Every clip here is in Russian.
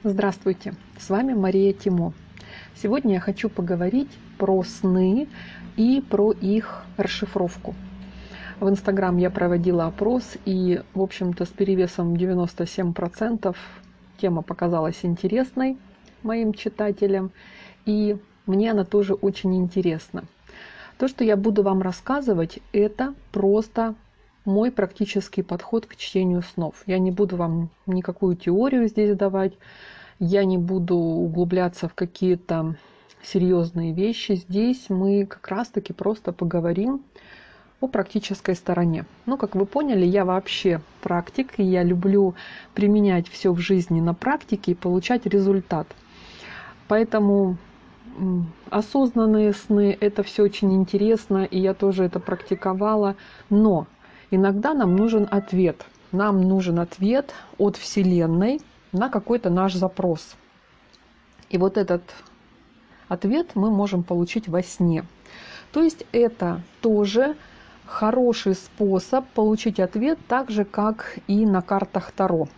Здравствуйте, с вами Мария Тимо. Сегодня я хочу поговорить про сны и про их расшифровку. В Инстаграм я проводила опрос, и, в общем-то, с перевесом 97% тема показалась интересной моим читателям, и мне она тоже очень интересна. То, что я буду вам рассказывать, это просто мой практический подход к чтению снов. Я не буду вам никакую теорию здесь давать, я не буду углубляться в какие-то серьезные вещи. Здесь мы как раз-таки просто поговорим о практической стороне. Ну, как вы поняли, я вообще практик, и я люблю применять все в жизни на практике и получать результат. Поэтому осознанные сны – это все очень интересно, и я тоже это практиковала. Но иногда нам нужен ответ. Нам нужен ответ от Вселенной на какой-то наш запрос. И вот этот ответ мы можем получить во сне. То есть это тоже хороший способ получить ответ, так же, как и на картах Таро.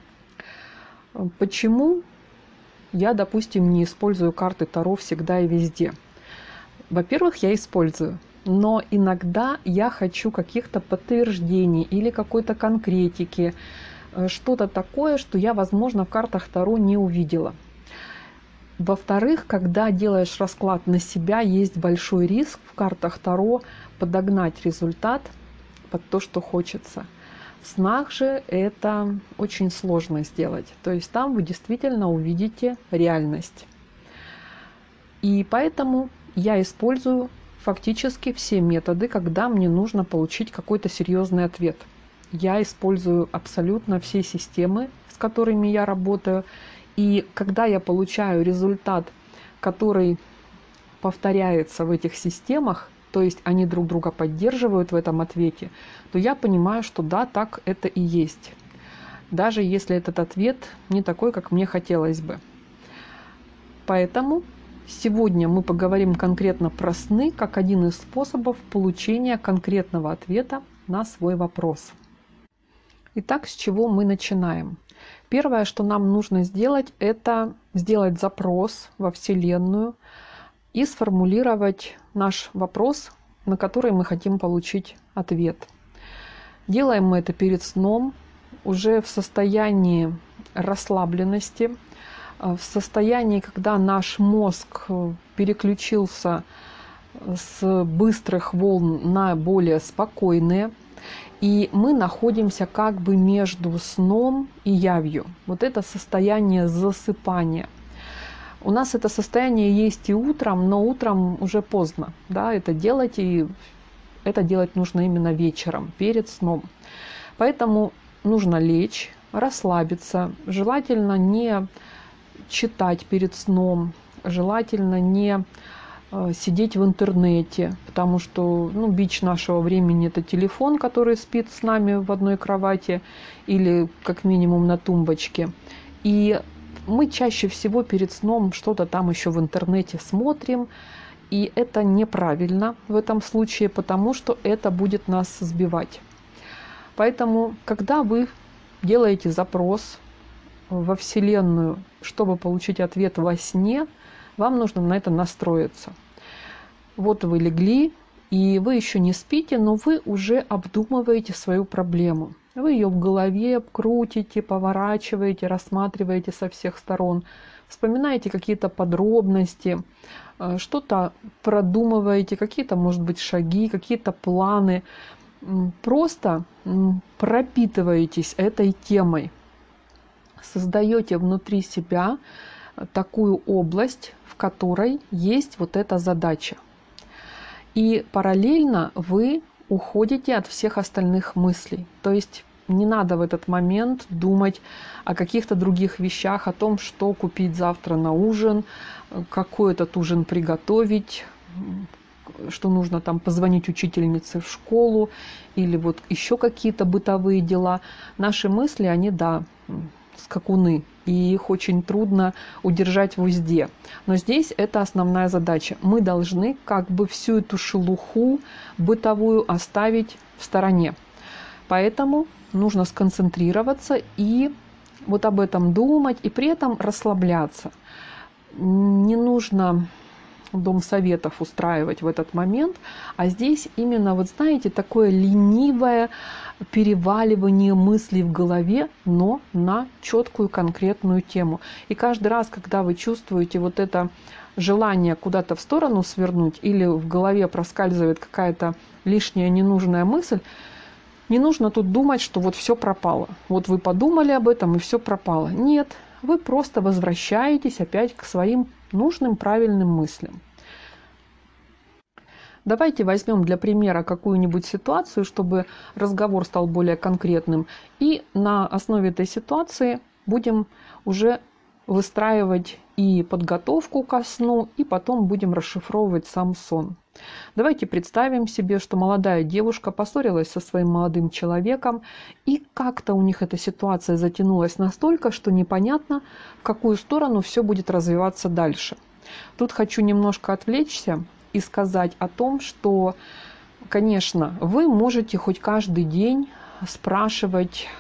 Почему я, допустим, не использую карты Таро всегда и везде? Во-первых, я использую, но иногда я хочу каких-то подтверждений или какой-то конкретики, что-то такое, что я, возможно, в картах Таро не увидела. Во-вторых, когда делаешь расклад на себя, есть большой риск в картах Таро подогнать результат под то, что хочется. В снах же это очень сложно сделать. То есть там вы действительно увидите реальность. И поэтому я использую фактически все методы, когда мне нужно получить какой-то серьезный ответ. Я использую абсолютно все системы, с которыми я работаю. И когда я получаю результат, который повторяется в этих системах, то есть они друг друга поддерживают в этом ответе, то я понимаю, что да, так это и есть. Даже если этот ответ не такой, как мне хотелось бы. Поэтому сегодня мы поговорим конкретно про сны, как один из способов получения конкретного ответа на свой вопрос. Итак, с чего мы начинаем? Первое, что нам нужно сделать, это сделать запрос во Вселенную и сформулировать наш вопрос, на который мы хотим получить ответ. Делаем мы это перед сном, уже в состоянии расслабленности, в состоянии, когда наш мозг переключился с быстрых волн на более спокойные, и мы находимся как бы между сном и явью. Вот это состояние засыпания. У нас это состояние есть и утром, но утром уже поздно, да, это делать, и это делать нужно именно вечером, перед сном. Поэтому нужно лечь, расслабиться, желательно не читать перед сном, желательно не сидеть в интернете, потому что бич нашего времени – это телефон, который спит с нами в одной кровати или как минимум на тумбочке. И мы чаще всего перед сном что-то там еще в интернете смотрим, и это неправильно в этом случае, потому что это будет нас сбивать. Поэтому, когда вы делаете запрос во Вселенную, чтобы получить ответ во сне, вам нужно на это настроиться. Вот вы легли, и вы еще не спите, но вы уже обдумываете свою проблему. Вы ее в голове крутите, поворачиваете, рассматриваете со всех сторон, вспоминаете какие-то подробности, что-то продумываете, какие-то, может быть, шаги, какие-то планы. Просто пропитываетесь этой темой, создаете внутри себя такую область, в которой есть вот эта задача. И параллельно вы уходите от всех остальных мыслей. То есть не надо в этот момент думать о каких-то других вещах, о том, что купить завтра на ужин, какой этот ужин приготовить, что нужно там позвонить учительнице в школу или вот еще какие-то бытовые дела. Наши мысли, они, да, скакуны, и их очень трудно удержать в узде. Но здесь это основная задача. Мы должны как бы всю эту шелуху бытовую оставить в стороне. Поэтому нужно сконцентрироваться и вот об этом думать и при этом расслабляться. Не нужно дом советов устраивать в этот момент, а здесь именно, вот знаете, такое ленивое переваливание мыслей в голове, но на четкую конкретную тему. И каждый раз, когда вы чувствуете вот это желание куда-то в сторону свернуть или в голове проскальзывает какая-то лишняя ненужная мысль, не нужно тут думать, что вот все пропало. Вот вы подумали об этом, и все пропало. Нет, вы просто возвращаетесь опять к своим нужным, правильным мыслям. Давайте возьмем для примера какую-нибудь ситуацию, чтобы разговор стал более конкретным. И на основе этой ситуации будем уже выстраивать и подготовку ко сну, и потом будем расшифровывать сам сон. Давайте представим себе, что молодая девушка поссорилась со своим молодым человеком, и как-то у них эта ситуация затянулась настолько, что непонятно, в какую сторону все будет развиваться дальше. Тут хочу немножко отвлечься и сказать о том, что, конечно, вы можете хоть каждый день спрашивать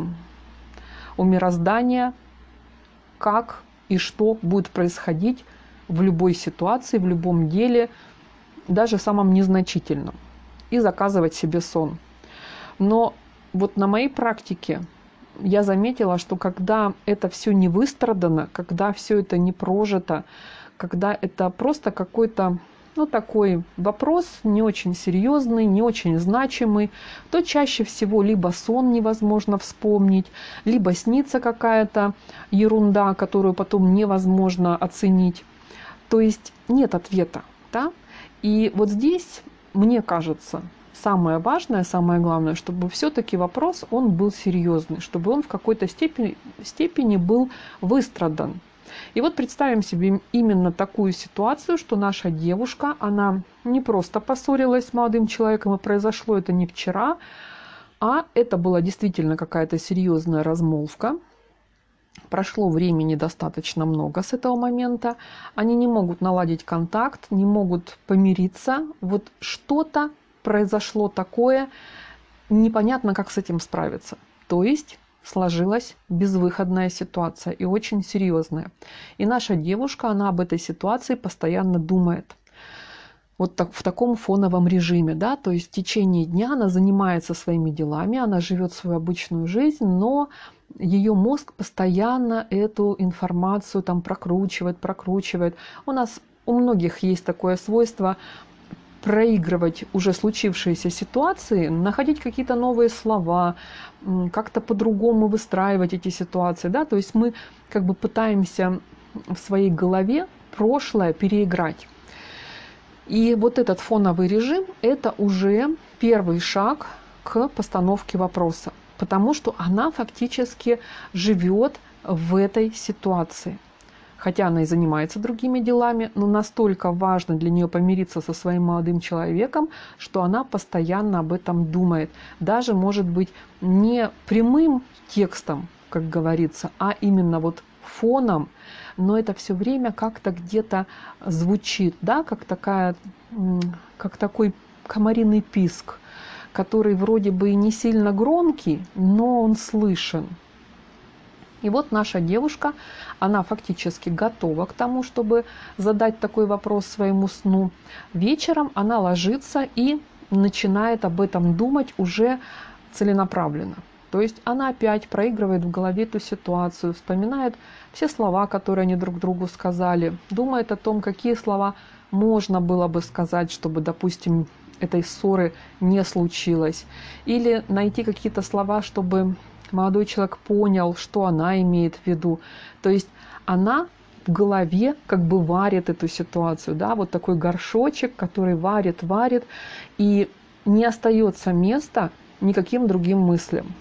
у мироздания, как и что будет происходить в любой ситуации, в любом деле, даже самом незначительном, и заказывать себе сон. Но вот на моей практике я заметила, что когда это все не выстрадано, когда все это не прожито, когда это просто какой-то такой вопрос не очень серьезный, не очень значимый, то чаще всего либо сон невозможно вспомнить, либо снится какая-то ерунда, которую потом невозможно оценить. То есть нет ответа, да? И вот здесь, мне кажется, самое важное, самое главное, чтобы все-таки вопрос, он был серьезный, чтобы он в какой-то степени был выстрадан. И вот представим себе именно такую ситуацию, что наша девушка, она не просто поссорилась с молодым человеком, и произошло это не вчера, а это была действительно какая-то серьезная размолвка. Прошло времени достаточно много с этого момента. Они не могут наладить контакт, не могут помириться. Вот что-то произошло такое, непонятно, как с этим справиться. То есть сложилась безвыходная ситуация и очень серьезная. И наша девушка, она об этой ситуации постоянно думает. Вот так, в таком фоновом режиме, да, то есть в течение дня она занимается своими делами, она живет свою обычную жизнь, но ее мозг постоянно эту информацию там прокручивает. У многих есть такое свойство проигрывать уже случившиеся ситуации, находить какие-то новые слова, как-то по-другому выстраивать эти ситуации, да, то есть мы как бы пытаемся в своей голове прошлое переиграть. И вот этот фоновый режим – это уже первый шаг к постановке вопроса, потому что она фактически живет в этой ситуации. Хотя она и занимается другими делами, но настолько важно для нее помириться со своим молодым человеком, что она постоянно об этом думает. Даже, может быть, не прямым текстом, как говорится, а именно вот фоном, но это все время как-то где-то звучит, да, как такой комариный писк, который вроде бы и не сильно громкий, но он слышен. И вот наша девушка, она фактически готова к тому, чтобы задать такой вопрос своему сну. Вечером она ложится и начинает об этом думать уже целенаправленно. То есть она опять проигрывает в голове эту ситуацию, вспоминает все слова, которые они друг другу сказали, думает о том, какие слова можно было бы сказать, чтобы, допустим, этой ссоры не случилось. Или найти какие-то слова, чтобы молодой человек понял, что она имеет в виду. То есть она в голове как бы варит эту ситуацию, да, вот такой горшочек, который варит, и не остается места никаким другим мыслям.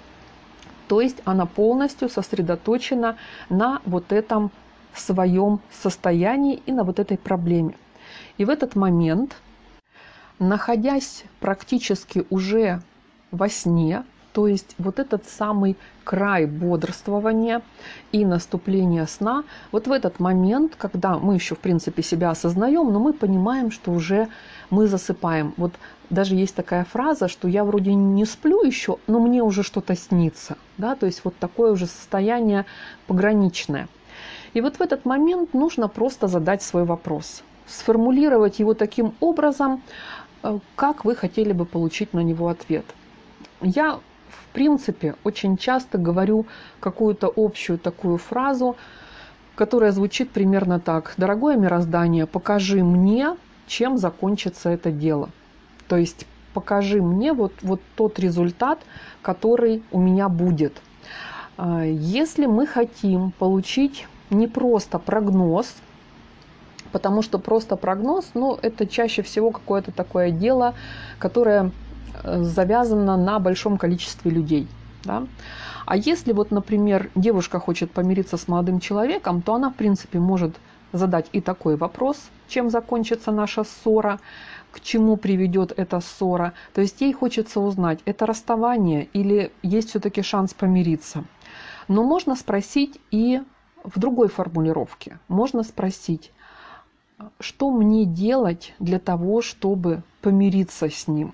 То есть она полностью сосредоточена на вот этом своем состоянии и на вот этой проблеме. И в этот момент, находясь практически уже во сне, То есть вот этот самый край бодрствования и наступления сна, вот в этот момент, когда мы еще в принципе себя осознаем, но мы понимаем, что уже мы засыпаем. Вот даже есть такая фраза, что я вроде не сплю еще, но мне уже что-то снится. Да? То есть вот такое уже состояние пограничное. И вот в этот момент нужно просто задать свой вопрос, сформулировать его таким образом, как вы хотели бы получить на него ответ. Я, в принципе, очень часто говорю какую-то общую такую фразу, которая звучит примерно так. Дорогое мироздание, покажи мне, чем закончится это дело. То есть покажи мне вот тот результат, который у меня будет. Если мы хотим получить не просто прогноз, потому что просто прогноз, это чаще всего какое-то такое дело, которое завязано на большом количестве людей. Да? А если вот, например, девушка хочет помириться с молодым человеком, то она, в принципе, может задать и такой вопрос, чем закончится наша ссора, к чему приведет эта ссора. То есть ей хочется узнать, это расставание или есть все-таки шанс помириться. Но можно спросить и в другой формулировке. Можно спросить, что мне делать для того, чтобы помириться с ним.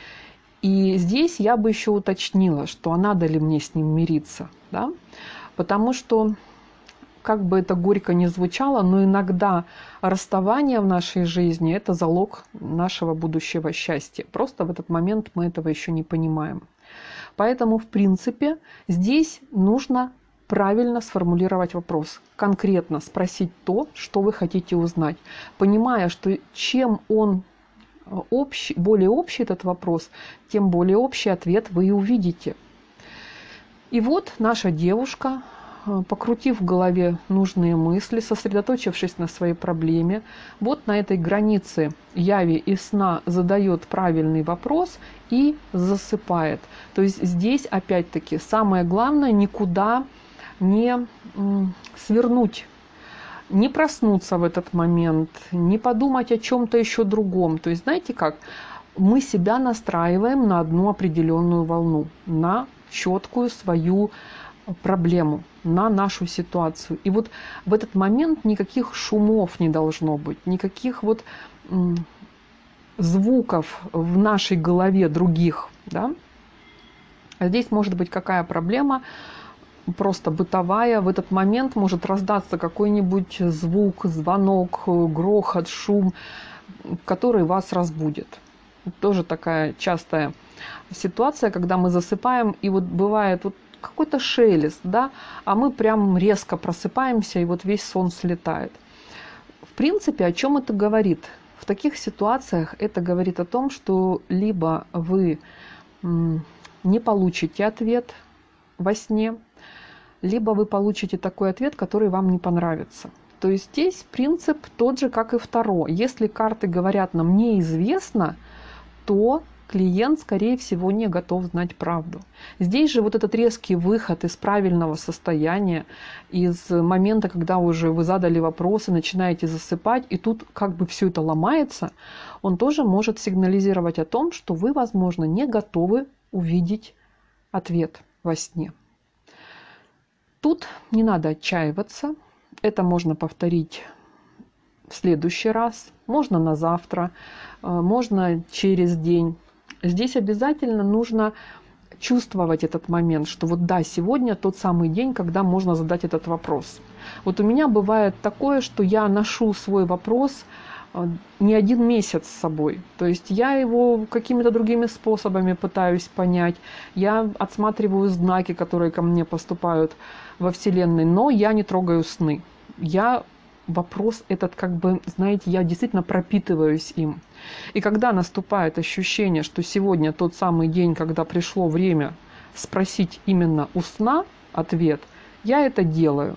И здесь я бы еще уточнила, что надо ли мне с ним мириться. Да? Потому что, как бы это горько ни звучало, но иногда расставание в нашей жизни – это залог нашего будущего счастья. Просто в этот момент мы этого еще не понимаем. Поэтому, в принципе, здесь нужно правильно сформулировать вопрос, конкретно спросить то, что вы хотите узнать, понимая, что чем он общий, более общий этот вопрос, тем более общий ответ вы и увидите. И вот наша девушка, покрутив в голове нужные мысли, сосредоточившись на своей проблеме, вот на этой границе яви и сна задает правильный вопрос и засыпает. То есть здесь опять-таки самое главное никуда не свернуть, не проснуться в этот момент, не подумать о чем-то еще другом. То есть знаете как? Мы себя настраиваем на одну определенную волну, на четкую свою проблему, на нашу ситуацию. И вот в этот момент никаких шумов не должно быть, никаких вот звуков в нашей голове других. Да? А здесь может быть какая проблема? Просто бытовая, в этот момент может раздаться какой-нибудь звук, звонок, грохот, шум, который вас разбудит. Тоже такая частая ситуация, когда мы засыпаем, и вот бывает вот какой-то шелест, да, а мы прям резко просыпаемся, и вот весь сон слетает. В принципе, о чем это говорит? В таких ситуациях это говорит о том, что либо вы не получите ответ во сне, либо вы получите такой ответ, который вам не понравится. То есть здесь принцип тот же, как и второй. Если карты говорят нам неизвестно, то клиент, скорее всего, не готов знать правду. Здесь же вот этот резкий выход из правильного состояния, из момента, когда уже вы задали вопросы, начинаете засыпать, и тут как бы все это ломается, он тоже может сигнализировать о том, что вы, возможно, не готовы увидеть ответ во сне. Тут не надо отчаиваться, это можно повторить в следующий раз, можно на завтра, можно через день. Здесь обязательно нужно чувствовать этот момент, что вот да, сегодня тот самый день, когда можно задать этот вопрос. Вот у меня бывает такое, что я ношу свой вопрос не один месяц с собой. То есть я его какими-то другими способами пытаюсь понять. Я отсматриваю знаки, которые ко мне поступают во Вселенной, но я не трогаю сны. Я вопрос этот как бы, знаете, я действительно пропитываюсь им. И когда наступает ощущение, что сегодня тот самый день, когда пришло время спросить именно у сна ответ, я это делаю.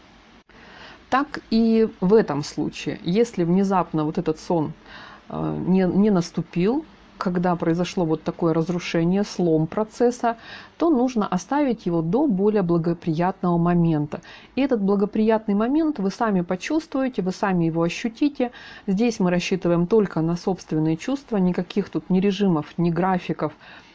Так и в этом случае, если внезапно вот этот сон не наступил, когда произошло вот такое разрушение, слом процесса, то нужно оставить его до более благоприятного момента. И этот благоприятный момент вы сами почувствуете, вы сами его ощутите. Здесь мы рассчитываем только на собственные чувства, никаких тут ни режимов, ни графиков,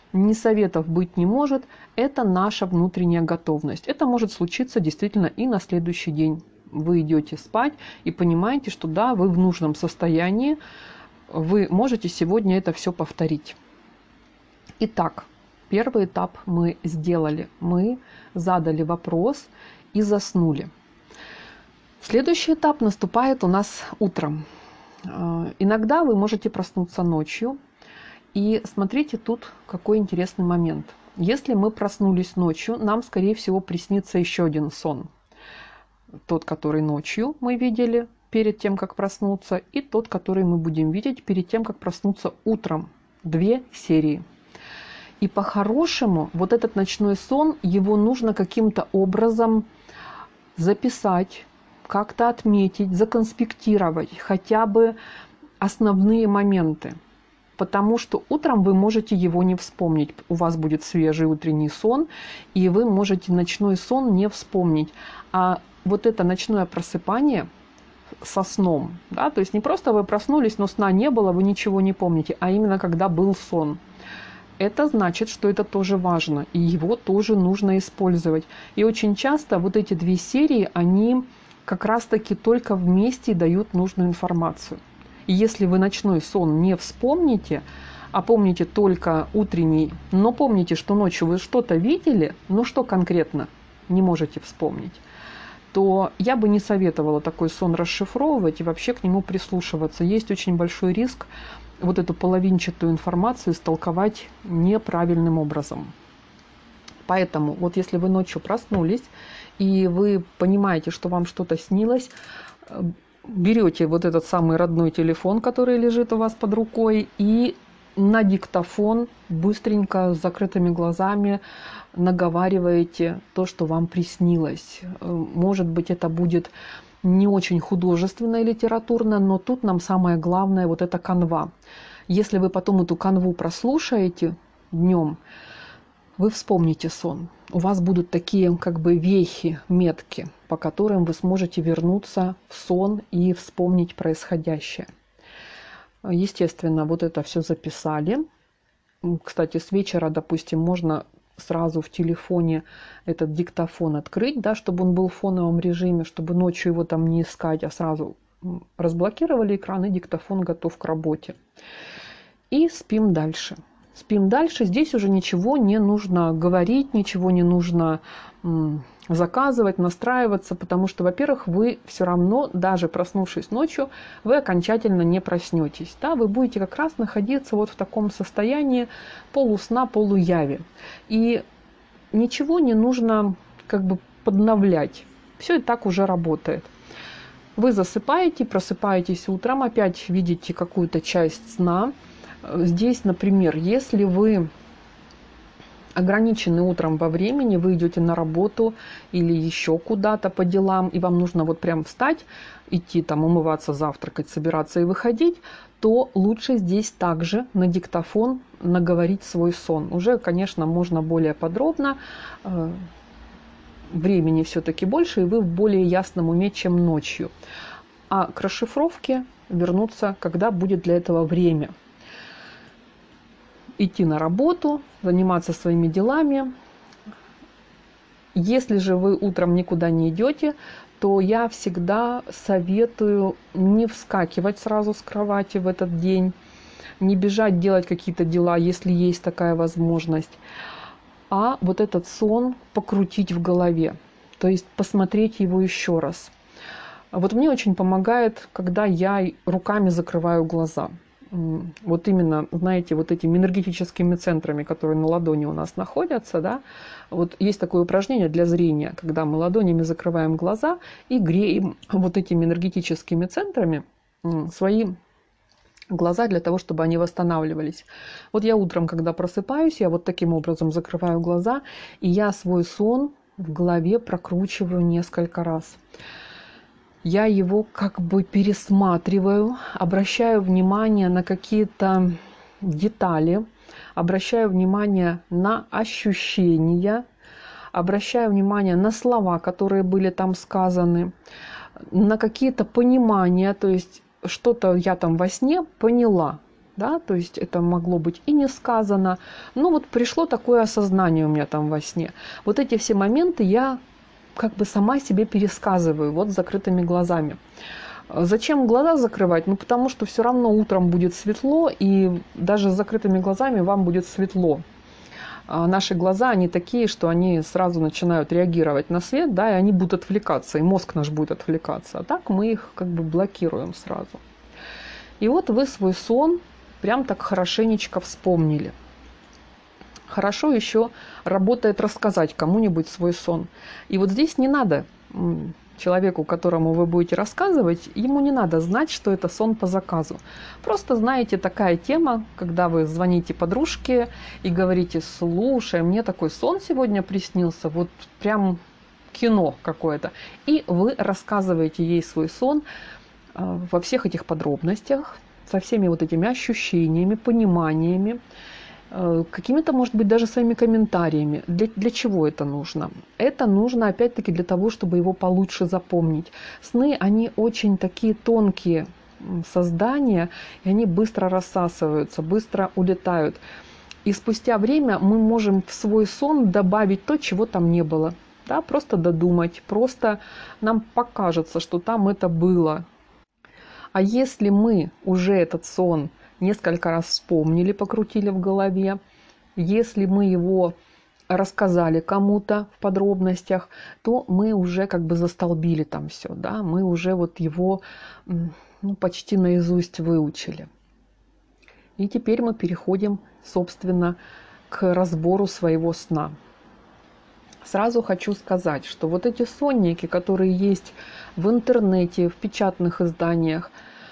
ни советов быть не может, это наша внутренняя готовность. Это может случиться действительно и на следующий день. Вы идете спать и понимаете, что да, вы в нужном состоянии, вы можете сегодня это все повторить. Итак, первый этап мы сделали. Мы задали вопрос и заснули. Следующий этап наступает у нас утром. Иногда вы можете проснуться ночью. И смотрите, тут какой интересный момент. Если мы проснулись ночью, нам, скорее всего, приснится еще один сон. Тот, который ночью мы видели перед тем, как проснуться, и тот, который мы будем видеть перед тем, как проснуться утром. 2 серии. И по-хорошему, вот этот ночной сон, его нужно каким-то образом записать, как-то отметить, законспектировать, хотя бы основные моменты. Потому что утром вы можете его не вспомнить. У вас будет свежий утренний сон, и вы можете ночной сон не вспомнить. А вот это ночное просыпание со сном, да, то есть не просто вы проснулись, но сна не было, вы ничего не помните, а именно когда был сон. Это значит, что это тоже важно, и его тоже нужно использовать. И очень часто вот эти 2 серии, они как раз-таки только вместе дают нужную информацию. И если вы ночной сон не вспомните, а помните только утренний, но помните, что ночью вы что-то видели, но что конкретно не можете вспомнить, то я бы не советовала такой сон расшифровывать и вообще к нему прислушиваться. Есть очень большой риск вот эту половинчатую информацию истолковать неправильным образом. Поэтому вот если вы ночью проснулись и вы понимаете, что вам что-то снилось, берете вот этот самый родной телефон, который лежит у вас под рукой, и на диктофон быстренько с закрытыми глазами наговариваете то, что вам приснилось. Может быть, это будет не очень художественно и литературно, но тут нам самое главное вот эта канва. Если вы потом эту канву прослушаете днем, вы вспомните сон. У вас будут такие как бы вехи, метки, по которым вы сможете вернуться в сон и вспомнить происходящее. Естественно, вот это все записали. Кстати, с вечера, допустим, можно сразу в телефоне этот диктофон открыть, да, чтобы он был в фоновом режиме, чтобы ночью его там не искать, а сразу разблокировали экран, и диктофон готов к работе. И спим дальше. Спим дальше. Здесь уже ничего не нужно говорить, ничего не нужно заказывать, настраиваться, потому что, во-первых, вы все равно, даже проснувшись ночью, вы окончательно не проснетесь. Да? Вы будете как раз находиться вот в таком состоянии полусна, полуяви. И ничего не нужно как бы подновлять. Все и так уже работает. Вы засыпаете, просыпаетесь утром, опять видите какую-то часть сна. Здесь, например, если вы ограничены утром во времени, вы идете на работу или еще куда-то по делам, и вам нужно вот прям встать, идти там умываться, завтракать, собираться и выходить, то лучше здесь также на диктофон наговорить свой сон. Уже, конечно, можно более подробно, времени все-таки больше, и вы в более ясном уме, чем ночью. А к расшифровке вернуться, когда будет для этого время. Идти на работу, заниматься своими делами. Если же вы утром никуда не идете, то я всегда советую не вскакивать сразу с кровати в этот день, не бежать делать какие-то дела, если есть такая возможность, а вот этот сон покрутить в голове, то есть посмотреть его еще раз. Вот мне очень помогает, когда я руками закрываю глаза. Вот именно, знаете, вот этими энергетическими центрами, которые на ладони у нас находятся, да, вот есть такое упражнение для зрения, когда мы ладонями закрываем глаза и греем вот этими энергетическими центрами свои глаза для того, чтобы они восстанавливались. Вот я утром, когда просыпаюсь, я вот таким образом закрываю глаза, и я свой сон в голове прокручиваю несколько раз. Я его как бы пересматриваю, обращаю внимание на какие-то детали, обращаю внимание на ощущения, обращаю внимание на слова, которые были там сказаны, на какие-то понимания, то есть что-то я там во сне поняла, да, то есть это могло быть и не сказано, но вот пришло такое осознание у меня там во сне. Вот эти все моменты я как бы сама себе пересказываю вот с закрытыми глазами. Зачем глаза закрывать? Ну, потому что все равно утром будет светло, и даже с закрытыми глазами вам будет светло. Наши глаза, они такие, что они сразу начинают реагировать на свет, да, и они будут отвлекаться, и мозг наш будет отвлекаться. А так мы их как бы блокируем сразу. И вот вы свой сон прям так хорошенечко вспомнили. Хорошо еще работает рассказать кому-нибудь свой сон. И вот здесь не надо человеку, которому вы будете рассказывать, ему не надо знать, что это сон по заказу. Просто знаете, такая тема, когда вы звоните подружке и говорите: слушай, мне такой сон сегодня приснился, вот прям кино какое-то. И вы рассказываете ей свой сон во всех этих подробностях, со всеми вот этими ощущениями, пониманиями, какими-то, может быть, даже своими комментариями. Для чего это нужно? Это нужно, опять-таки, для того, чтобы его получше запомнить. Сны, они очень такие тонкие создания, и они быстро рассасываются, быстро улетают. И спустя время мы можем в свой сон добавить то, чего там не было. Да, просто додумать, просто нам покажется, что там это было. А если мы уже этот сон несколько раз вспомнили, покрутили в голове, если мы его рассказали кому-то в подробностях, то мы уже как бы застолбили там все, да, мы уже вот его почти наизусть выучили. И теперь мы переходим, собственно, к разбору своего сна. Сразу хочу сказать, что вот эти сонники, которые есть в интернете, в печатных изданиях,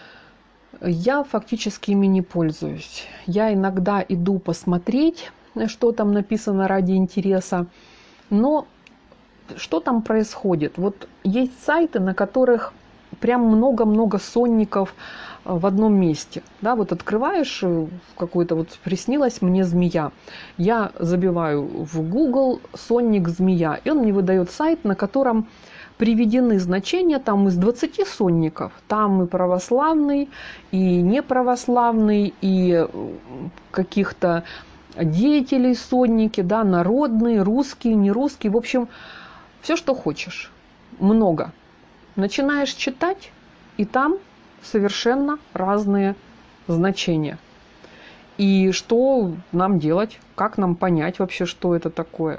я фактически ими не пользуюсь. Я иногда иду посмотреть, что там написано ради интереса, но что там происходит? Вот есть сайты, на которых прям много-много сонников в одном месте. Да, вот открываешь какой-то, вот приснилась мне змея. Я забиваю в Google сонник змея, и он мне выдает сайт, на котором приведены значения там из 20 сонников. Там и православный, и неправославный, и каких-то деятелей сонники, да, народные, русские, нерусские. В общем, все, что хочешь. Много. Начинаешь читать, и там совершенно разные значения. И что нам делать? Как нам понять вообще, что это такое?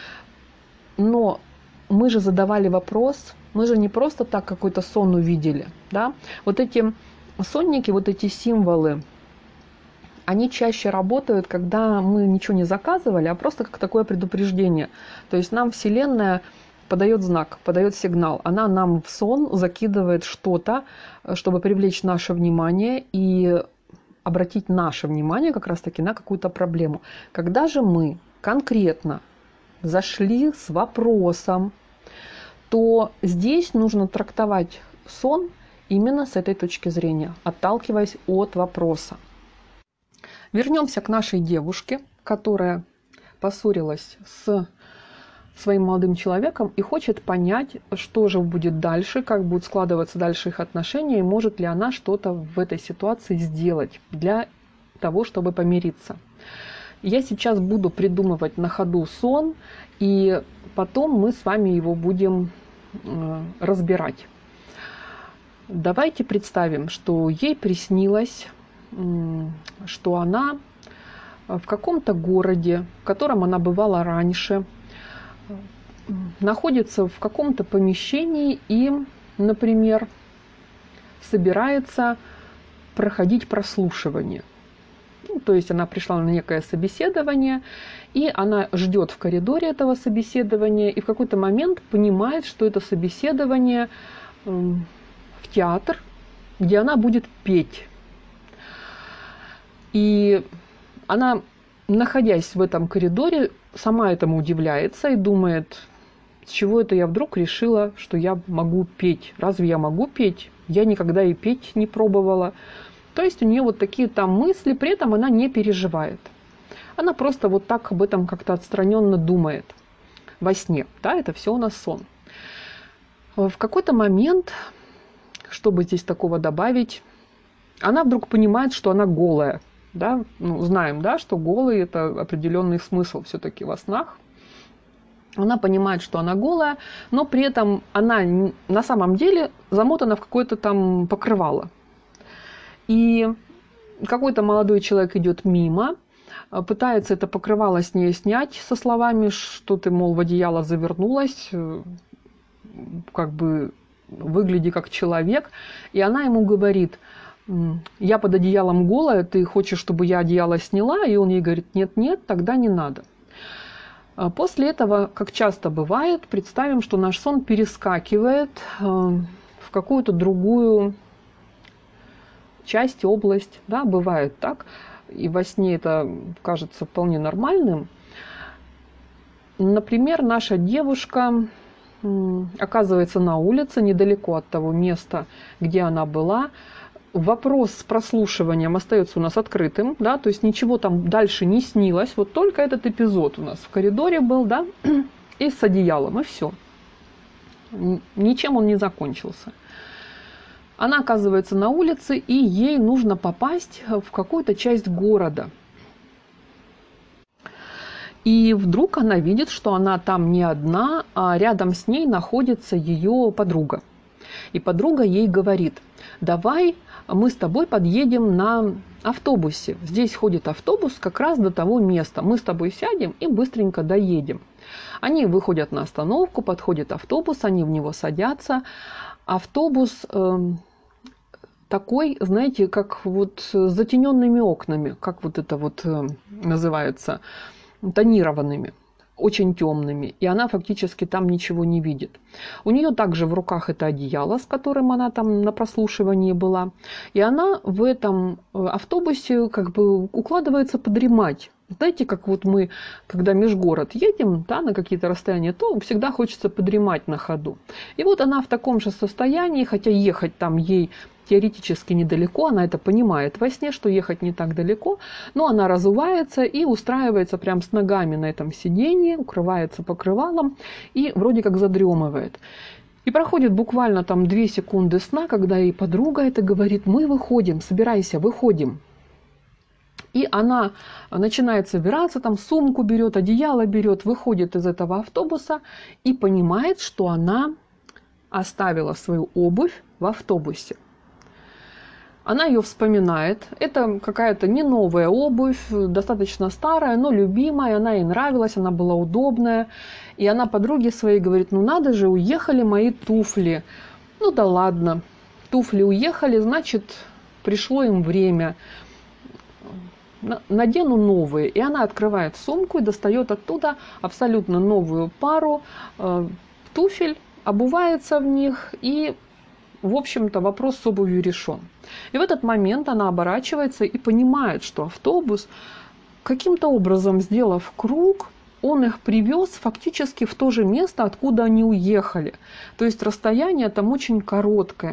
Но мы же задавали вопрос, мы же не просто так какой-то сон увидели. Да? Вот эти сонники, вот эти символы, они чаще работают, когда мы ничего не заказывали, а просто как такое предупреждение. То есть нам Вселенная подает знак, подает сигнал. Она нам в сон закидывает что-то, чтобы привлечь наше внимание и обратить наше внимание как раз-таки на какую-то проблему. Когда же мы конкретно зашли с вопросом, то здесь нужно трактовать сон именно с этой точки зрения, отталкиваясь от вопроса. Вернемся к нашей девушке, которая поссорилась с своим молодым человеком и хочет понять, что же будет дальше, как будут складываться дальше их отношения, и может ли она что-то в этой ситуации сделать для того, чтобы помириться. Я сейчас буду придумывать на ходу сон, и потом мы с вами его будем разбирать. Давайте представим, что ей приснилось, что она в каком-то городе, в котором она бывала раньше, находится в каком-то помещении и, например, собирается проходить прослушивание. То есть она пришла на некое собеседование, и она ждет в коридоре этого собеседования, и в какой-то момент понимает, что это собеседование в театр, где она будет петь. И она, находясь в этом коридоре, сама этому удивляется и думает: с чего это я вдруг решила, что я могу петь? Разве я могу петь? Я никогда и петь не пробовала. То есть у нее вот такие там мысли, при этом она не переживает. Она просто вот так об этом как-то отстраненно думает во сне. Да, это все у нас сон. В какой-то момент, чтобы здесь такого добавить, она вдруг понимает, что она голая. Да? Ну, знаем, да, что голый – это определенный смысл все-таки во снах. Она понимает, что она голая, но при этом она на самом деле замотана в какое-то там покрывало. И какой-то молодой человек идет мимо, пытается это покрывало с нее снять со словами, что ты, мол, в одеяло завернулась, как бы выгляди как человек. И она ему говорит: я под одеялом голая, ты хочешь, чтобы я одеяло сняла? И он ей говорит: нет-нет, тогда не надо. После этого, как часто бывает, представим, что наш сон перескакивает в какую-то другую часть, область. Да, бывает так. И во сне это кажется вполне нормальным. Например, наша девушка оказывается на улице, недалеко от того места, где она была. Вопрос с прослушиванием остается у нас открытым, да, то есть ничего там дальше не снилось, вот только этот эпизод у нас в коридоре был, да, и с одеялом, и все. Ничем он не закончился. Она оказывается на улице, и ей нужно попасть в какую-то часть города. И вдруг она видит, что она там не одна, а рядом с ней находится ее подруга. И подруга ей говорит: давай мы с тобой подъедем на автобусе. Здесь ходит автобус как раз до того места. Мы с тобой сядем и быстренько доедем. Они выходят на остановку, подходит автобус, они в него садятся. Автобус такой, знаете, как вот с затененными окнами, как вот это вот называется, тонированными, очень темными, и она фактически там ничего не видит. У нее также в руках это одеяло, с которым она там на прослушивании была, и она в этом автобусе как бы укладывается подремать. Знаете, как вот мы, когда межгород едем, да, на какие-то расстояния, то всегда хочется подремать на ходу. И вот она в таком же состоянии, хотя ехать там ей теоретически недалеко, она это понимает во сне, что ехать не так далеко, но она разувается и устраивается прям с ногами на этом сиденье, укрывается покрывалом и вроде как задремывает. И проходит буквально там 2 секунды сна, когда ей подруга это говорит: мы выходим, собирайся, выходим. И она начинает собираться, там сумку берет, одеяло берет, выходит из этого автобуса и понимает, что она оставила свою обувь в автобусе. Она ее вспоминает. Это какая-то не новая обувь, достаточно старая, но любимая. Она ей нравилась, она была удобная. И она подруге своей говорит: ну надо же, уехали мои туфли. Ну да ладно, туфли уехали, значит, пришло им время. Надену новые. И она открывает сумку и достает оттуда абсолютно новую пару туфель, обувается в них, и, в общем-то, вопрос с обувью решен. И в этот момент она оборачивается и понимает, что автобус, каким-то образом сделав круг, он их привез фактически в то же место, откуда они уехали. То есть расстояние там очень короткое.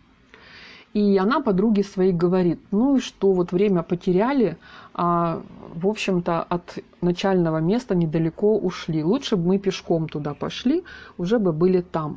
И она подруге своей говорит: ну и что, вот время потеряли, а в общем-то от начального места недалеко ушли. Лучше бы мы пешком туда пошли, уже бы были там.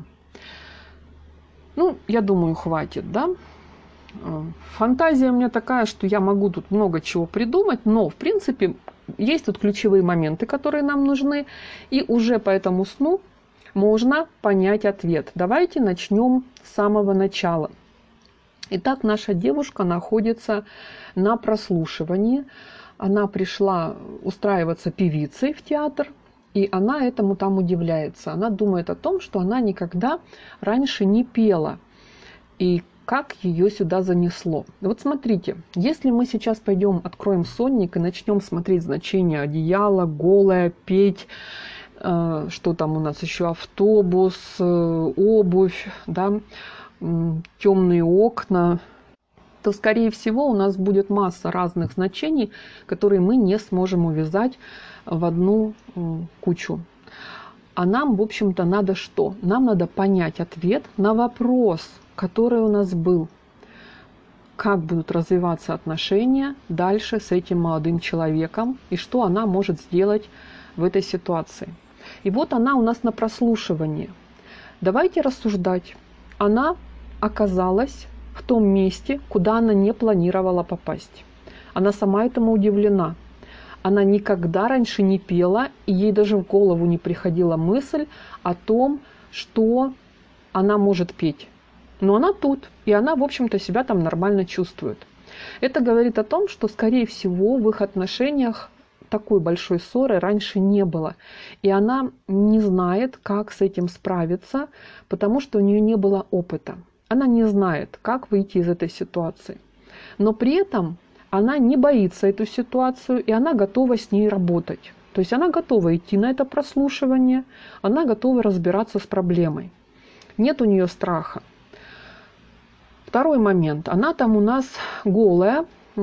Ну, я думаю, хватит, да? Фантазия у меня такая, что я могу тут много чего придумать, но, в принципе, есть тут ключевые моменты, которые нам нужны, и уже по этому сну можно понять ответ. Давайте начнем с самого начала. Итак, наша девушка находится на прослушивании. Она пришла устраиваться певицей в театр, и она этому там удивляется. Она думает о том, что она никогда раньше не пела, и как ее сюда занесло. Вот смотрите, если мы сейчас пойдем, откроем сонник и начнем смотреть значение одеяла, голая, петь, что там у нас еще, автобус, обувь, да, темные окна, то, скорее всего, у нас будет масса разных значений, которые мы не сможем увязать в одну кучу. А нам, в общем-то, надо что? Нам надо понять ответ на вопрос, который у нас был. Как будут развиваться отношения дальше с этим молодым человеком, и что она может сделать в этой ситуации. И вот она у нас на прослушивании. Давайте рассуждать. Она оказалась в том месте, куда она не планировала попасть. Она сама этому удивлена. Она никогда раньше не пела, и ей даже в голову не приходила мысль о том, что она может петь. Но она тут, и она, в общем-то, себя там нормально чувствует. Это говорит о том, что, скорее всего, в их отношениях такой большой ссоры раньше не было. И она не знает, как с этим справиться, потому что у нее не было опыта. Она не знает, как выйти из этой ситуации. Но при этом она не боится эту ситуацию, и она готова с ней работать. То есть она готова идти на это прослушивание, она готова разбираться с проблемой. Нет у нее страха. Второй момент. Она там у нас голая,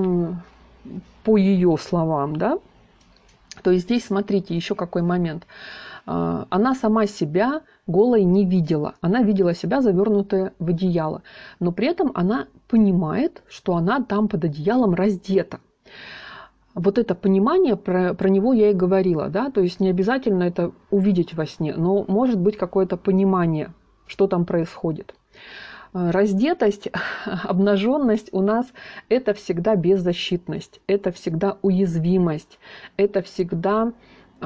по ее словам, да? То есть здесь, смотрите, еще какой момент. Она сама себя голой не видела. Она видела себя завернутой в одеяло. Но при этом она понимает, что она там под одеялом раздета. Вот это понимание, про него я и говорила. Да? То есть не обязательно это увидеть во сне, но может быть какое-то понимание, что там происходит. Раздетость, обнаженность у нас – это всегда беззащитность, это всегда уязвимость, это всегда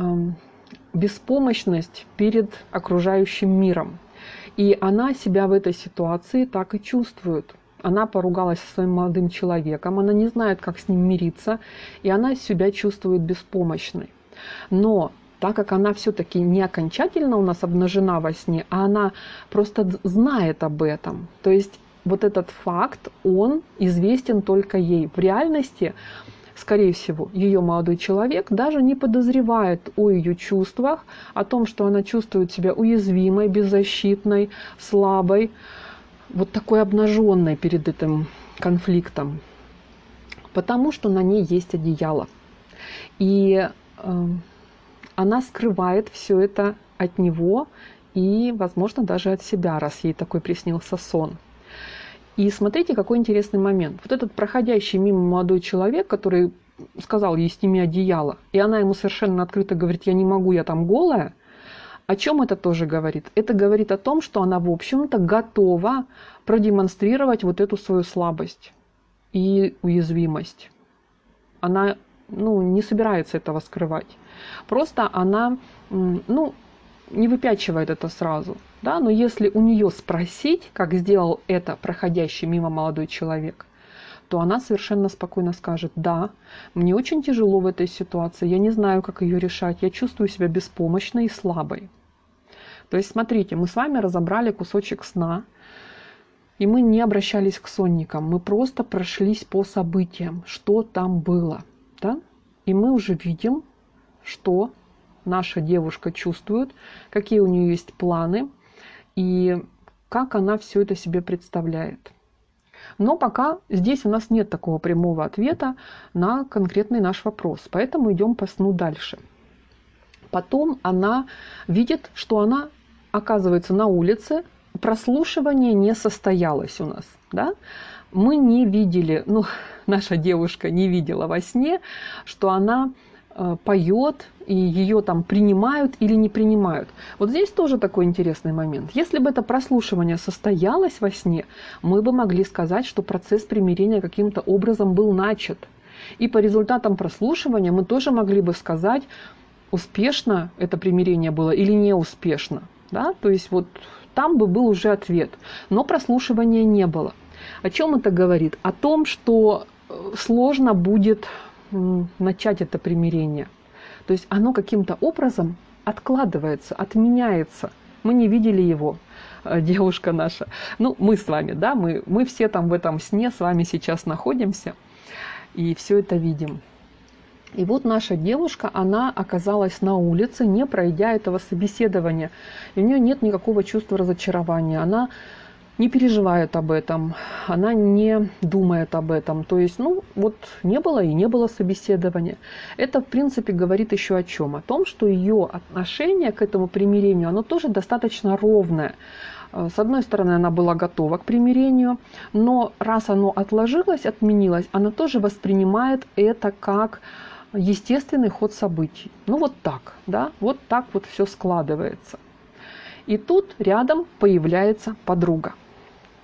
беспомощность перед окружающим миром. И она себя в этой ситуации так и чувствует. Она поругалась со своим молодым человеком, она не знает, как с ним мириться, и она себя чувствует беспомощной. Но так как она все-таки не окончательно у нас обнажена во сне, а она просто знает об этом. То есть вот этот факт, он известен только ей. В реальности, скорее всего, ее молодой человек даже не подозревает о ее чувствах, о том, что она чувствует себя уязвимой, беззащитной, слабой, вот такой обнаженной перед этим конфликтом. Потому что на ней есть одеяло. И она скрывает все это от него и, возможно, даже от себя, раз ей такой приснился сон. И смотрите, какой интересный момент. Вот этот проходящий мимо молодой человек, который сказал ей «сними одеяло», и она ему совершенно открыто говорит «я не могу, я там голая», о чем это тоже говорит? Это говорит о том, что она, в общем-то, готова продемонстрировать вот эту свою слабость и уязвимость. Она не собирается этого скрывать. Просто она не выпячивает это сразу. Да? Но если у нее спросить, как сделал это проходящий мимо молодой человек, то она совершенно спокойно скажет: да, мне очень тяжело в этой ситуации, я не знаю, как ее решать, я чувствую себя беспомощной и слабой. То есть, смотрите, мы с вами разобрали кусочек сна, и мы не обращались к сонникам, мы просто прошлись по событиям, что там было. Да? И мы уже видим, что наша девушка чувствует, какие у нее есть планы и как она все это себе представляет. Но пока здесь у нас нет такого прямого ответа на конкретный наш вопрос, поэтому идем по сну дальше. Потом она видит, что она оказывается на улице, прослушивание не состоялось у нас. Да? Мы не видели, наша девушка не видела во сне, что она поет, и ее там принимают или не принимают. Вот здесь тоже такой интересный момент. Если бы это прослушивание состоялось во сне, мы бы могли сказать, что процесс примирения каким-то образом был начат. И по результатам прослушивания мы тоже могли бы сказать, успешно это примирение было или неуспешно. Да? То есть вот там бы был уже ответ. Но прослушивания не было. О чем это говорит? О том, что сложно будет начать это примирение. То есть оно каким-то образом откладывается, отменяется. Мы не видели его, девушка наша. Мы с вами, да, мы все там в этом сне с вами сейчас находимся и все это видим. И вот наша девушка, она оказалась на улице, не пройдя этого собеседования. И у нее нет никакого чувства разочарования. Она не переживает об этом, она не думает об этом. То есть, не было и не было собеседования. Это, в принципе, говорит еще о чем? О том, что ее отношение к этому примирению, оно тоже достаточно ровное. С одной стороны, она была готова к примирению, но раз оно отложилось, отменилось, она тоже воспринимает это как естественный ход событий. Вот так, да, вот так вот все складывается. И тут рядом появляется подруга.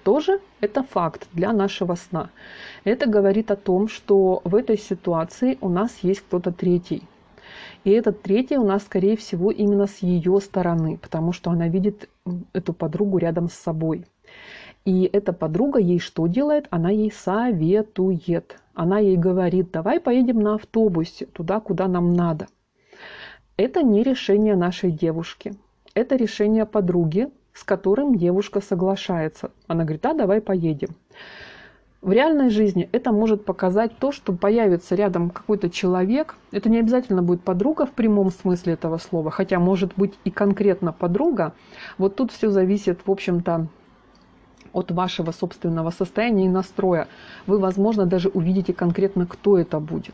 тоже это факт для нашего сна. Это говорит о том, что в этой ситуации у нас есть кто-то третий. И этот третий у нас, скорее всего, именно с ее стороны, потому что она видит эту подругу рядом с собой. И эта подруга ей что делает? Она ей советует. Она ей говорит: давай поедем на автобусе туда, куда нам надо. Это не решение нашей девушки. Это решение подруги, с которым девушка соглашается. Она говорит: да, давай поедем. В реальной жизни это может показать то, что появится рядом какой-то человек. Это не обязательно будет подруга в прямом смысле этого слова, хотя может быть и конкретно подруга. Вот тут все зависит, в общем-то, от вашего собственного состояния и настроя. Вы, возможно, даже увидите конкретно, кто это будет.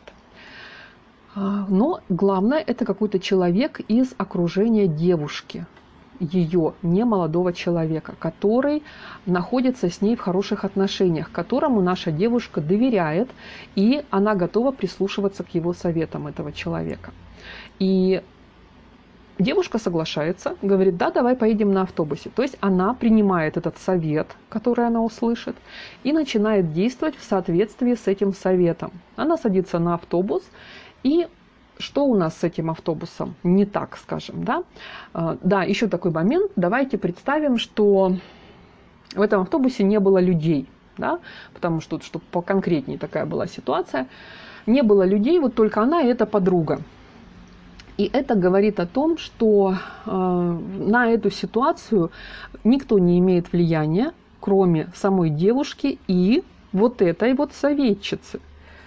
Но главное, это какой-то человек из окружения девушки, ее, не молодого человека, который находится с ней в хороших отношениях, которому наша девушка доверяет, и она готова прислушиваться к его советам, этого человека. И девушка соглашается, говорит: да, давай поедем на автобусе. То есть она принимает этот совет, который она услышит, и начинает действовать в соответствии с этим советом. Она садится на автобус, и что у нас с этим автобусом не так, скажем, да? Да, еще такой момент. Давайте представим, что в этом автобусе не было людей, да? Потому что, чтобы поконкретнее такая была ситуация, не было людей, вот только она и эта подруга. И это говорит о том, что на эту ситуацию никто не имеет влияния, кроме самой девушки и вот этой вот советчицы.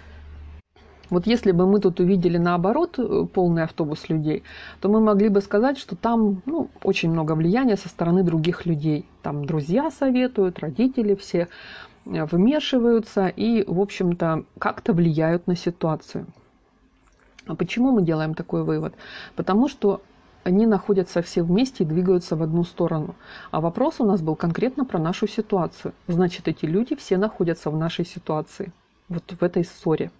Вот если бы мы тут увидели наоборот полный автобус людей, то мы могли бы сказать, что там очень много влияния со стороны других людей. Там друзья советуют, родители все вмешиваются и, в общем-то, как-то влияют на ситуацию. А почему мы делаем такой вывод? Потому что они находятся все вместе и двигаются в одну сторону. А вопрос у нас был конкретно про нашу ситуацию. Значит, эти люди все находятся в нашей ситуации, вот в этой ссоре.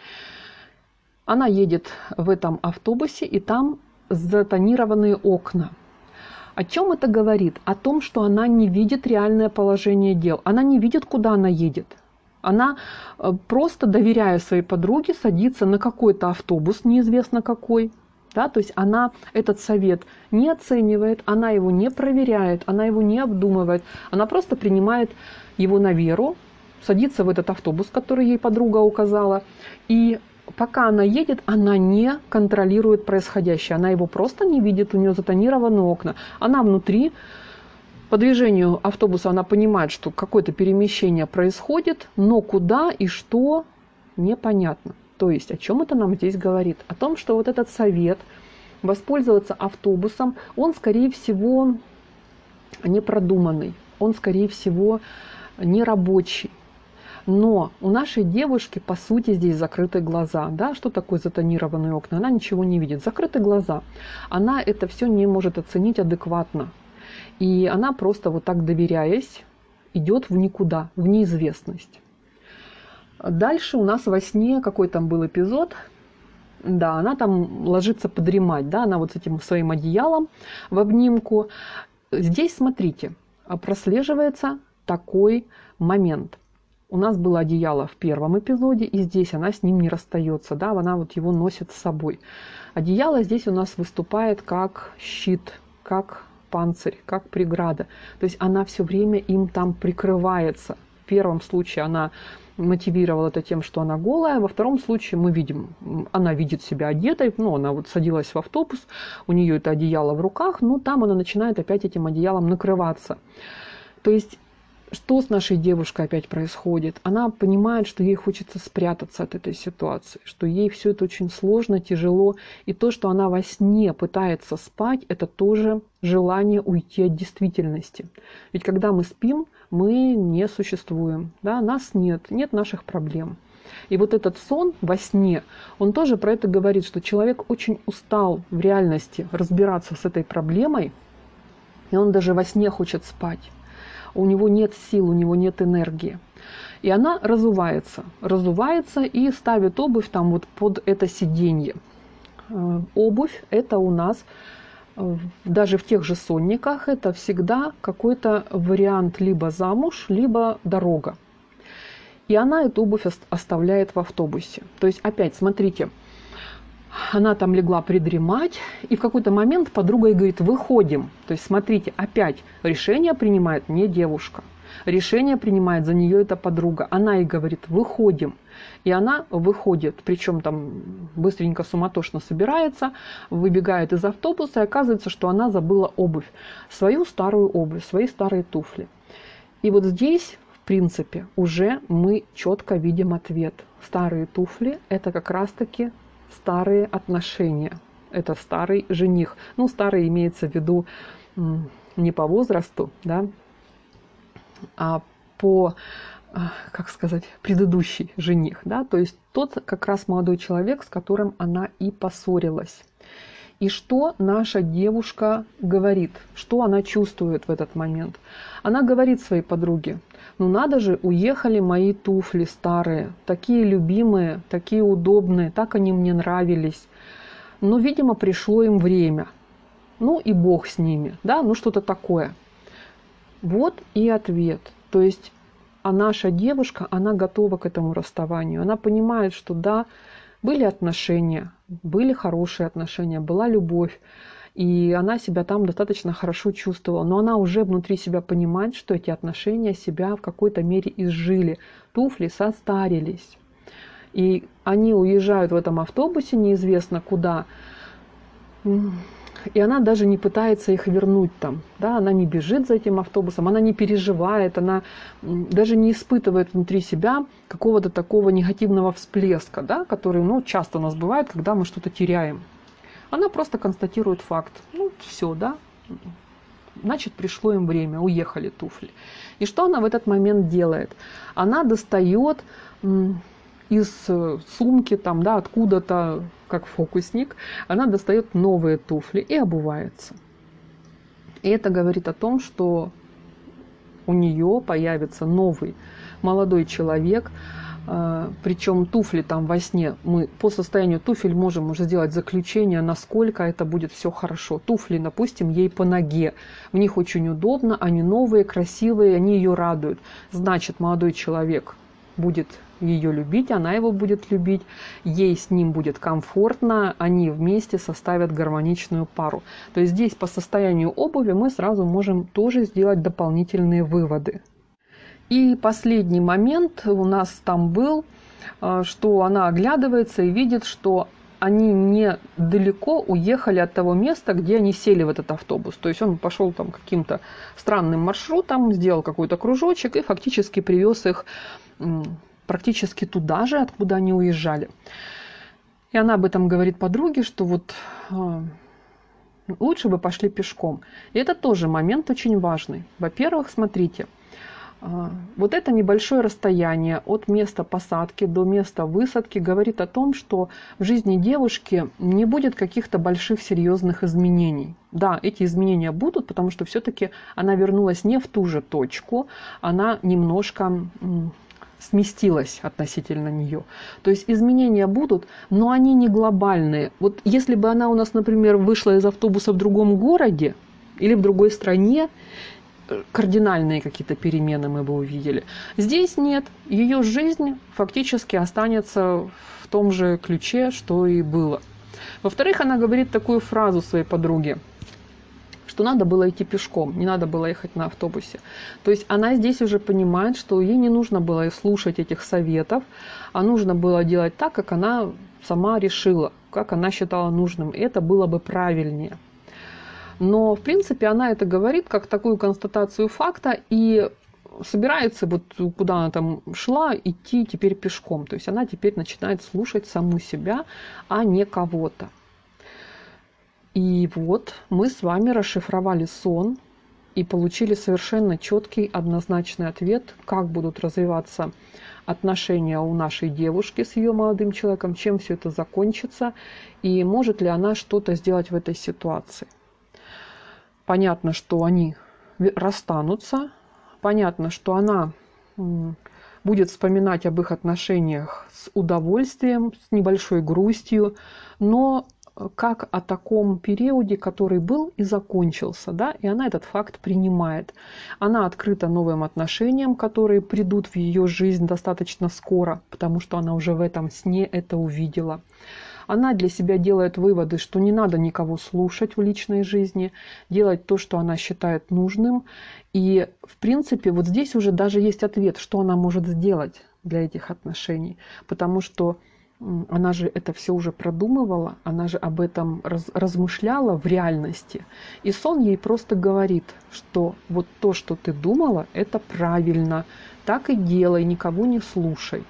Она едет в этом автобусе, и там затонированные окна. О чем это говорит? О том, что она не видит реальное положение дел. Она не видит, куда она едет. Она, просто доверяя своей подруге, садится на какой-то автобус, неизвестно какой. Да? То есть она этот совет не оценивает, она его не проверяет, она его не обдумывает. Она просто принимает его на веру, садится в этот автобус, который ей подруга указала, и пока она едет, она не контролирует происходящее. Она его просто не видит, у нее затонированы окна. Она внутри, по движению автобуса она понимает, что какое-то перемещение происходит, но куда и что непонятно. То есть о чем это нам здесь говорит? О том, что вот этот совет воспользоваться автобусом, он, скорее всего, непродуманный, он, скорее всего, нерабочий. Но у нашей девушки, по сути, здесь закрыты глаза. Да? Что такое затонированные окна? Она ничего не видит. Закрыты глаза. Она это все не может оценить адекватно. И она просто вот так, доверяясь, идет в никуда, в неизвестность. Дальше у нас во сне, какой там был эпизод, да, она там ложится подремать, да, она вот с этим своим одеялом в обнимку. Здесь, смотрите, прослеживается такой момент. У нас было одеяло в первом эпизоде, и здесь она с ним не расстается, да, она вот его носит с собой. Одеяло здесь у нас выступает как щит, как панцирь, как преграда. То есть она все время им там прикрывается. В первом случае она мотивировала это тем, что она голая. Во втором случае мы видим, она видит себя одетой. Она вот садилась в автобус, у нее это одеяло в руках, но там она начинает опять этим одеялом накрываться. То есть что с нашей девушкой опять происходит? Она понимает, что ей хочется спрятаться от этой ситуации, что ей все это очень сложно, тяжело. И то, что она во сне пытается спать, это тоже желание уйти от действительности. Ведь когда мы спим, мы не существуем, да? Нас нет, нет наших проблем. И вот этот сон во сне, он тоже про это говорит, что человек очень устал в реальности разбираться с этой проблемой, и он даже во сне хочет спать. У него нет сил, у него нет энергии. И она разувается и ставит обувь там вот под это сиденье. Обувь – это у нас даже в тех же сонниках это всегда какой-то вариант либо замуж, либо дорога. И она эту обувь оставляет в автобусе. То есть опять, смотрите, она там легла придремать, и в какой-то момент подруга ей говорит: выходим. То есть смотрите, опять решение принимает не девушка. Решение принимает за нее эта подруга. Она ей говорит: выходим. И она выходит, причем там быстренько, суматошно собирается, выбегает из автобуса, и оказывается, что она забыла обувь. Свою старую обувь, свои старые туфли. И вот здесь, в принципе, уже мы четко видим ответ. Старые туфли – это как раз-таки старые отношения. Это старый жених. Ну, старый имеется в виду не по возрасту, да, а по, как сказать, предыдущий жених, да, то есть тот как раз молодой человек, с которым она и поссорилась. И что наша девушка говорит, что она чувствует в этот момент? Она говорит своей подруге: ну надо же, уехали мои туфли старые, такие любимые, такие удобные, так они мне нравились. Но, видимо, пришло им время. Ну и бог с ними, да, ну что-то такое. Вот и ответ. То есть, а наша девушка, она готова к этому расставанию. Она понимает, что да, были отношения, были хорошие отношения, была любовь, и она себя там достаточно хорошо чувствовала. Но она уже внутри себя понимает, что эти отношения себя в какой-то мере изжили. Туфли состарились. И они уезжают в этом автобусе неизвестно куда. И она даже не пытается их вернуть там. Да? Она не бежит за этим автобусом, она не переживает, она даже не испытывает внутри себя какого-то такого негативного всплеска, да? Который часто у нас бывает, когда мы что-то теряем. Она просто констатирует факт. Ну, все, да? Значит, пришло им время, уехали туфли. И что она в этот момент делает? Она достает из сумки, там, да, откуда-то, как фокусник, она достает новые туфли и обувается. И это говорит о том, что у нее появится новый молодой человек, причем туфли там во сне, мы по состоянию туфель можем уже сделать заключение, насколько это будет все хорошо. Туфли, допустим, ей по ноге, в них очень удобно, они новые, красивые, они ее радуют. Значит, молодой человек будет ее любить, она его будет любить, ей с ним будет комфортно, они вместе составят гармоничную пару. То есть здесь по состоянию обуви мы сразу можем тоже сделать дополнительные выводы. И последний момент у нас там был, что она оглядывается и видит, что они недалеко уехали от того места, где они сели в этот автобус. То есть он пошел там каким-то странным маршрутом, сделал какой-то кружочек и фактически привез их практически туда же, откуда они уезжали. И она об этом говорит подруге, что вот лучше бы пошли пешком. И это тоже момент очень важный. Во-первых, смотрите, вот это небольшое расстояние от места посадки до места высадки говорит о том, что в жизни девушки не будет каких-то больших серьезных изменений. Да, эти изменения будут, потому что все-таки она вернулась не в ту же точку, она немножко сместилась относительно нее. То есть изменения будут, но они не глобальные. Вот если бы она у нас, например, вышла из автобуса в другом городе или в другой стране, кардинальные какие-то перемены мы бы увидели. Здесь нет. Ее жизнь фактически останется в том же ключе, что и было. Во-вторых, она говорит такую фразу своей подруге, что надо было идти пешком, не надо было ехать на автобусе. То есть она здесь уже понимает, что ей не нужно было слушать этих советов, а нужно было делать так, как она сама решила, как она считала нужным. И это было бы правильнее. Но, в принципе, она это говорит как такую констатацию факта и собирается, вот куда она там шла, идти теперь пешком. То есть она теперь начинает слушать саму себя, а не кого-то. И вот мы с вами расшифровали сон и получили совершенно четкий, однозначный ответ, как будут развиваться отношения у нашей девушки с ее молодым человеком, чем все это закончится и может ли она что-то сделать в этой ситуации. Понятно, что они расстанутся, понятно, что она будет вспоминать об их отношениях с удовольствием, с небольшой грустью, но как о таком периоде, который был и закончился, да, и она этот факт принимает. Она открыта новым отношениям, которые придут в ее жизнь достаточно скоро, потому что она уже в этом сне это увидела. Она для себя делает выводы, что не надо никого слушать в личной жизни, делать то, что она считает нужным. И, в принципе, вот здесь уже даже есть ответ, что она может сделать для этих отношений. Потому что она же это все уже продумывала, она же об этом размышляла в реальности. И сон ей просто говорит, что вот то, что ты думала, это правильно. Так и делай, никого не слушай.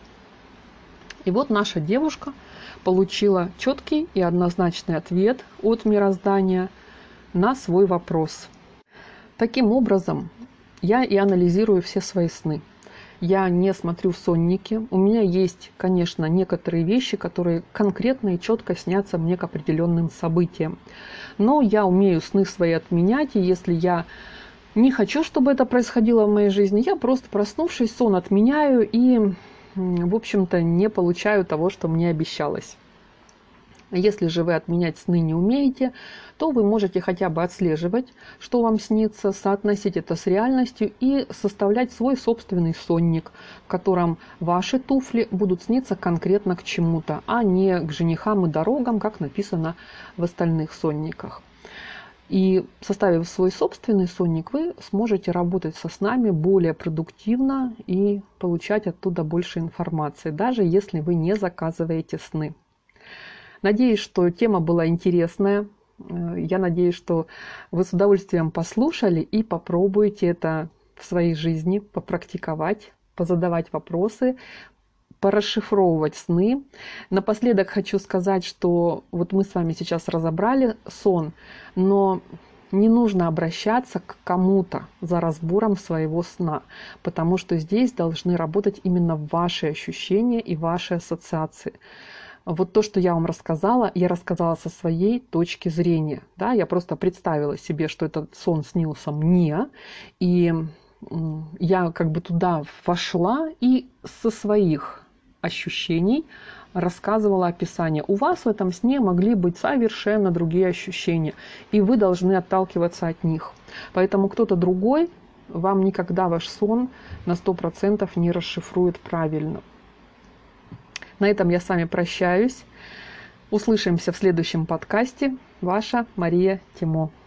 И вот наша девушка получила четкий и однозначный ответ от мироздания на свой вопрос. Таким образом, я и анализирую все свои сны. Я не смотрю в сонники. У меня есть, конечно, некоторые вещи, которые конкретно и четко снятся мне к определенным событиям. Но я умею сны свои отменять, и если я не хочу, чтобы это происходило в моей жизни, я просто, проснувшись, сон отменяю и, в общем-то, не получаю того, что мне обещалось. Если же вы отменять сны не умеете, то вы можете хотя бы отслеживать, что вам снится, соотносить это с реальностью и составлять свой собственный сонник, в котором ваши туфли будут сниться конкретно к чему-то, а не к женихам и дорогам, как написано в остальных сонниках. И составив свой собственный сонник, вы сможете работать со снами более продуктивно и получать оттуда больше информации, даже если вы не заказываете сны. Надеюсь, что тема была интересная. Я надеюсь, что вы с удовольствием послушали и попробуете это в своей жизни попрактиковать, позадавать вопросы, порасшифровывать сны. Напоследок хочу сказать, что вот мы с вами сейчас разобрали сон, но не нужно обращаться к кому-то за разбором своего сна, потому что здесь должны работать именно ваши ощущения и ваши ассоциации. Вот то, что я вам рассказала, я рассказала со своей точки зрения. Да? Я просто представила себе, что этот сон снился мне, и я как бы туда вошла и со своих ощущений рассказывала описание. У вас в этом сне могли быть совершенно другие ощущения, и вы должны отталкиваться от них. Поэтому кто-то другой вам никогда ваш сон на 100% не расшифрует правильно. На этом я с вами прощаюсь. Услышимся в следующем подкасте. Ваша Мария Тимо.